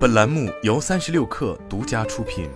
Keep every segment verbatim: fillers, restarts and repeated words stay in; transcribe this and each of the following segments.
本栏目由三十六氪独家出品。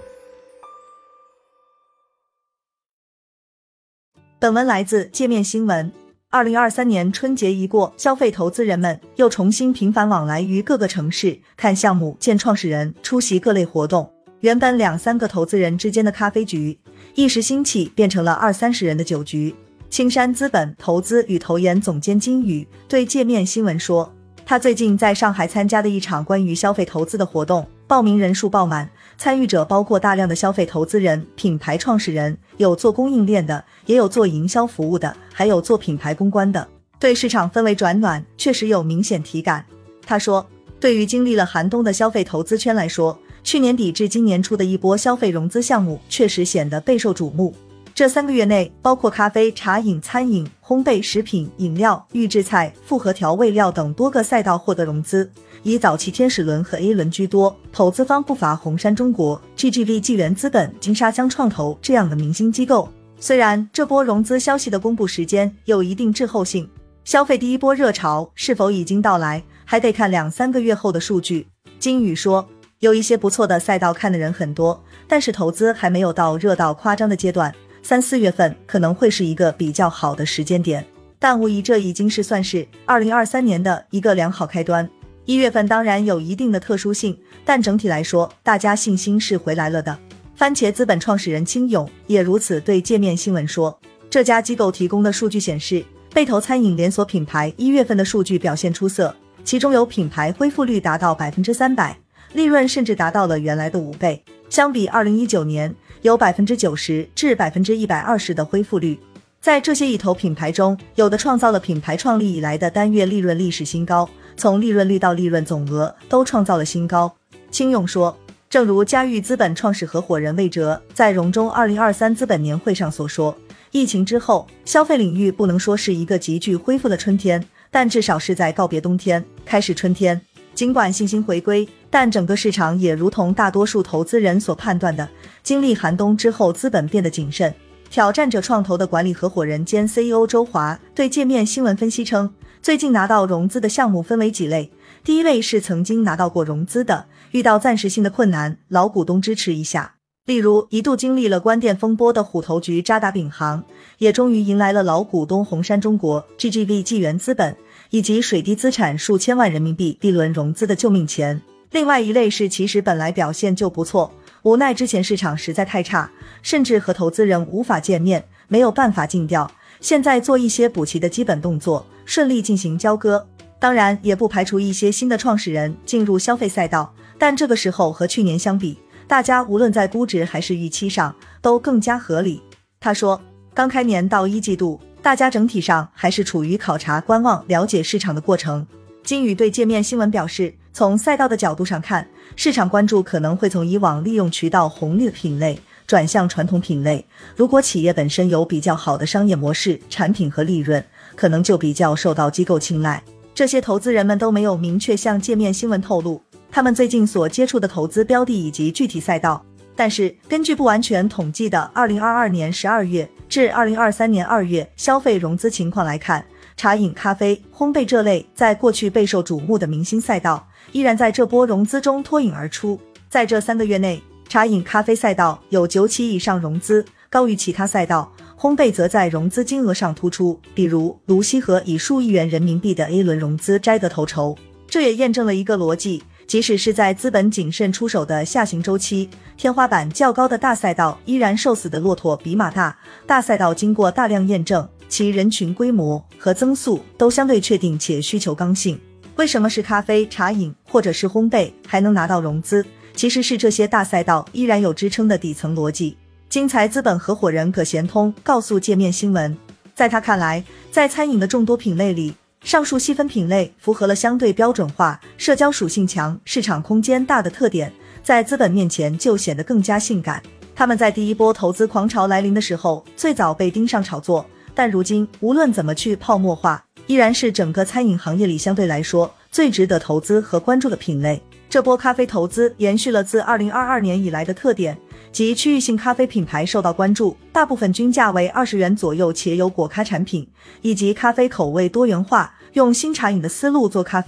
本文来自界面新闻。二零二三年春节一过，消费投资人们又重新频繁往来于各个城市，看项目、见创始人、出席各类活动。原本两三个投资人之间的咖啡局，一时兴起变成了二三十人的酒局。青山资本投资与投研总监金宇对界面新闻说，他最近在上海参加的一场关于消费投资的活动，报名人数爆满，参与者包括大量的消费投资人、品牌创始人，有做供应链的，也有做营销服务的，还有做品牌公关的。对市场氛围转暖确实有明显体感。他说，对于经历了寒冬的消费投资圈来说，去年底至今年初的一波消费融资项目确实显得备受瞩目。这三个月内，包括咖啡、茶饮、餐饮、烘焙、食品、饮料、预制菜、复合调味料等多个赛道获得融资，以早期天使轮和 A 轮居多，投资方不乏红杉中国、G G V 纪元资本、金沙江创投这样的明星机构。虽然这波融资消息的公布时间有一定滞后性，消费第一波热潮是否已经到来，还得看两三个月后的数据。金宇说，有一些不错的赛道看的人很多，但是投资还没有到热到夸张的阶段，三四月份可能会是一个比较好的时间点，但无疑这已经是算是二零二三年的一个良好开端。一月份当然有一定的特殊性，但整体来说大家信心是回来了的。番茄资本创始人清勇也如此对界面新闻说，这家机构提供的数据显示，被投餐饮连锁品牌一月份的数据表现出色，其中有品牌恢复率达到 百分之三百， 利润甚至达到了原来的五倍，相比二零一九年有 百分之九十 至 百分之一百二十 的恢复率。在这些一投品牌中，有的创造了品牌创立以来的单月利润历史新高，从利润率到利润总额都创造了新高。清勇说，正如嘉裕资本创始合伙人魏哲在融中二零二三资本年会上所说，疫情之后，消费领域不能说是一个急剧恢复的春天，但至少是在告别冬天，开始春天。尽管信心回归，但整个市场也如同大多数投资人所判断的，经历寒冬之后资本变得谨慎。挑战者创投的管理合伙人兼 C E O 周华对界面新闻分析称，最近拿到融资的项目分为几类，第一类是曾经拿到过融资的，遇到暂时性的困难，老股东支持一下。例如一度经历了关店风波的虎头局渣打饼行，也终于迎来了老股东红杉中国、 G G V 纪元资本以及水滴资产数千万人民币 B 轮融资的救命钱。另外一类是其实本来表现就不错，无奈之前市场实在太差，甚至和投资人无法见面，没有办法尽调，现在做一些补齐的基本动作，顺利进行交割。当然也不排除一些新的创始人进入消费赛道，但这个时候和去年相比，大家无论在估值还是预期上都更加合理。他说，刚开年到一季度，大家整体上还是处于考察、观望、了解市场的过程。金宇对界面新闻表示，从赛道的角度上看，市场关注可能会从以往利用渠道红利的品类转向传统品类，如果企业本身有比较好的商业模式、产品和利润，可能就比较受到机构青睐。这些投资人们都没有明确向界面新闻透露他们最近所接触的投资标的以及具体赛道，但是根据不完全统计的二零二二年十二月至二零二三年二月消费融资情况来看，茶饮、咖啡、烘焙这类在过去备受瞩目的明星赛道依然在这波融资中脱颖而出。在这三个月内，茶饮、咖啡赛道有九起以上融资，高于其他赛道。烘焙则在融资金额上突出，比如卢溪河以数亿元人民币的 A 轮融资摘得头筹。这也验证了一个逻辑，即使是在资本谨慎出手的下行周期，天花板较高的大赛道依然瘦死的骆驼比马大。大赛道经过大量验证，其人群规模和增速都相对确定且需求刚性。为什么是咖啡、茶饮或者是烘焙还能拿到融资？其实是这些大赛道依然有支撑的底层逻辑。金财资本合伙人葛贤通告诉界面新闻，在他看来，在餐饮的众多品类里，上述细分品类符合了相对标准化、社交属性强、市场空间大的特点，在资本面前就显得更加性感。他们在第一波投资狂潮来临的时候最早被盯上炒作，但如今无论怎么去泡沫化，依然是整个餐饮行业里相对来说最值得投资和关注的品类。这波咖啡投资延续了自二零二二年以来的特点，即区域性咖啡品牌受到关注，大部分均价为二十元左右且有果咖产品，以及咖啡口味多元化，用新茶饮的思路做咖啡。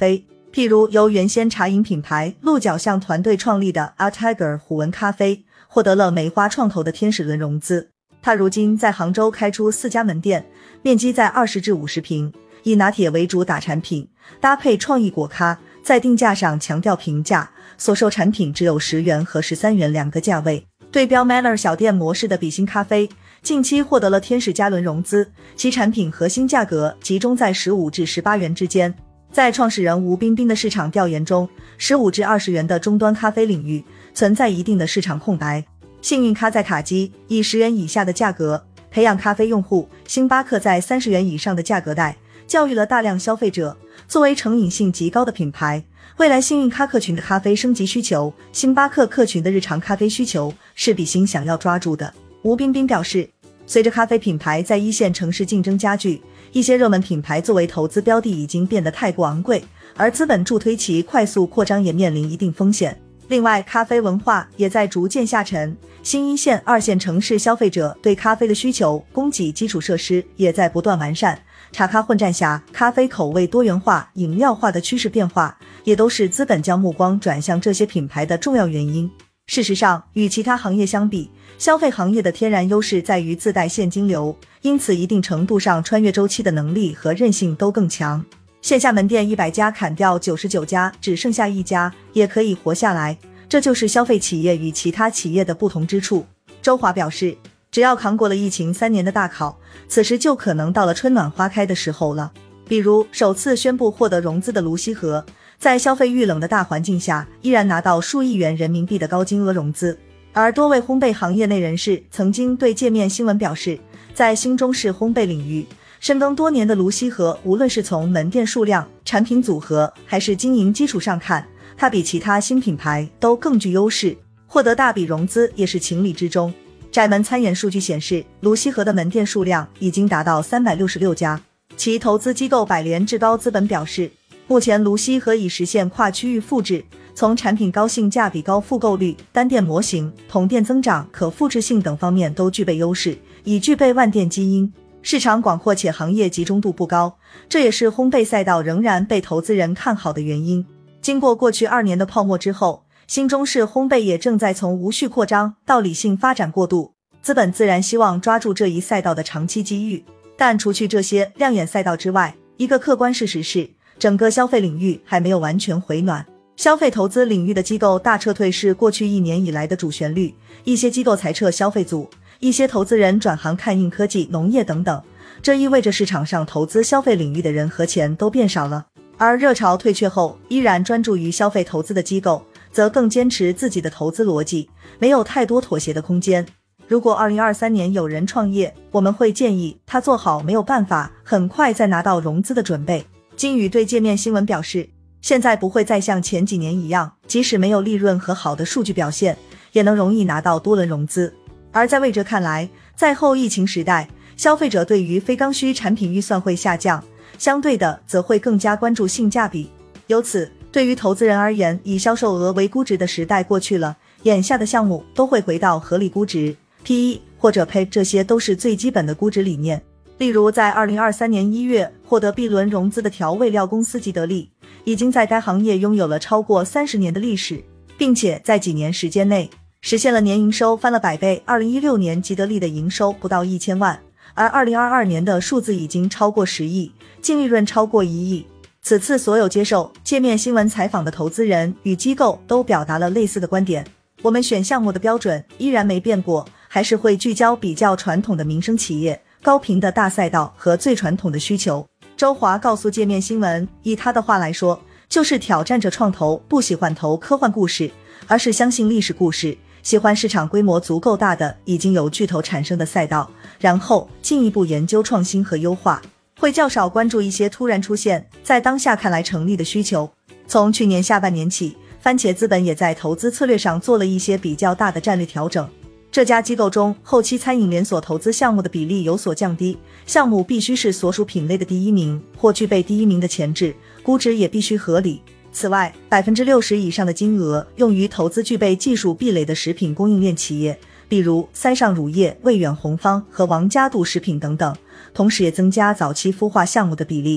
譬如由原先茶饮品牌鹿角巷团队创立的 A Tiger 虎纹咖啡，获得了梅花创投的天使轮融资。他如今在杭州开出四家门店，面积在二十至五十平，以拿铁为主打产品，搭配创意果咖，在定价上强调平价，所售产品只有十元和十三元两个价位。对标 Manner 小店模式的比心咖啡，近期获得了天使加轮融资，其产品核心价格集中在十五至十八元之间。在创始人吴彬彬的市场调研中，十五至二十元的终端咖啡领域存在一定的市场空白。幸运咖在卡基以十元以下的价格培养咖啡用户，星巴克在三十元以上的价格带教育了大量消费者。作为成瘾性极高的品牌，未来幸运咖客群的咖啡升级需求，星巴克客群的日常咖啡需求是比心想要抓住的。吴彬彬表示，随着咖啡品牌在一线城市竞争加剧，一些热门品牌作为投资标的已经变得太过昂贵，而资本助推其快速扩张也面临一定风险。另外，咖啡文化也在逐渐下沉，新一线、二线城市消费者对咖啡的需求、供给基础设施也在不断完善。茶咖混战下，咖啡口味多元化、饮料化的趋势变化，也都是资本将目光转向这些品牌的重要原因。事实上，与其他行业相比，消费行业的天然优势在于自带现金流，因此一定程度上穿越周期的能力和韧性都更强。线下门店一百家砍掉九十九家，只剩下一家也可以活下来，这就是消费企业与其他企业的不同之处。周华表示，只要扛过了疫情三年的大考，此时就可能到了春暖花开的时候了。比如首次宣布获得融资的卢溪河，在消费遇冷的大环境下，依然拿到数亿元人民币的高金额融资。而多位烘焙行业内人士曾经对界面新闻表示，在新中式烘焙领域深耕多年的卢溪河，无论是从门店数量、产品组合还是经营基础上看，它比其他新品牌都更具优势，获得大笔融资也是情理之中。窄门参研数据显示，卢溪河的门店数量已经达到三百六十六家。其投资机构百联智高资本表示，目前卢溪河已实现跨区域复制，从产品高性价比、高复购率、单店模型、同店增长、可复制性等方面都具备优势，已具备万店基因。市场广阔且行业集中度不高，这也是烘焙赛道仍然被投资人看好的原因。经过过去二年的泡沫之后，新中式烘焙也正在从无序扩张到理性发展过渡，资本自然希望抓住这一赛道的长期机遇。但除去这些亮眼赛道之外，一个客观事实是，整个消费领域还没有完全回暖。消费投资领域的机构大撤退是过去一年以来的主旋律，一些机构裁撤消费组，一些投资人转行看硬科技、农业等等，这意味着市场上投资消费领域的人和钱都变少了。而热潮退却后，依然专注于消费投资的机构，则更坚持自己的投资逻辑，没有太多妥协的空间。如果二零二三年有人创业，我们会建议他做好没有办法很快再拿到融资的准备。金宇对界面新闻表示，现在不会再像前几年一样，即使没有利润和好的数据表现，也能容易拿到多轮融资。而在魏哲看来，在后疫情时代，消费者对于非刚需产品预算会下降，相对的则会更加关注性价比。由此，对于投资人而言，以销售额为估值的时代过去了，眼下的项目都会回到合理估值 P E 或者 P E， 这些都是最基本的估值理念。例如在二零二三年一月获得 B 轮融资的调味料公司吉得力，已经在该行业拥有了超过三十年的历史，并且在几年时间内实现了年营收翻了百倍。二零一六年吉得力的营收不到一千万，而二零二二年的数字已经超过十亿，净利润超过一亿。此次所有接受界面新闻采访的投资人与机构都表达了类似的观点，我们选项目的标准依然没变过，还是会聚焦比较传统的民生企业、高频的大赛道和最传统的需求。周华告诉界面新闻，以他的话来说，就是挑战者创投不喜欢投科幻故事，而是相信历史故事，喜欢市场规模足够大的已经有巨头产生的赛道，然后进一步研究创新和优化，会较少关注一些突然出现在当下看来成立的需求。从去年下半年起，番茄资本也在投资策略上做了一些比较大的战略调整。这家机构中后期餐饮连锁投资项目的比例有所降低，项目必须是所属品类的第一名或具备第一名的潜质，估值也必须合理。此外 百分之六十 以上的金额用于投资具备技术壁垒的食品供应链企业，比如塞尚乳业、味远红方和王家渡食品等等，同时也增加早期孵化项目的比例。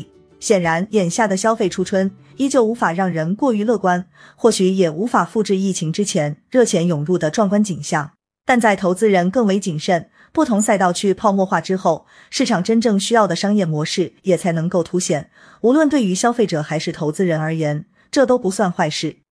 显然，眼下的消费初春依旧无法让人过于乐观，或许也无法复制疫情之前热钱涌入的壮观景象。但在投资人更为谨慎，不同赛道去泡沫化之后，市场真正需要的商业模式也才能够凸显。无论对于消费者还是投资人而言，这都不算坏事。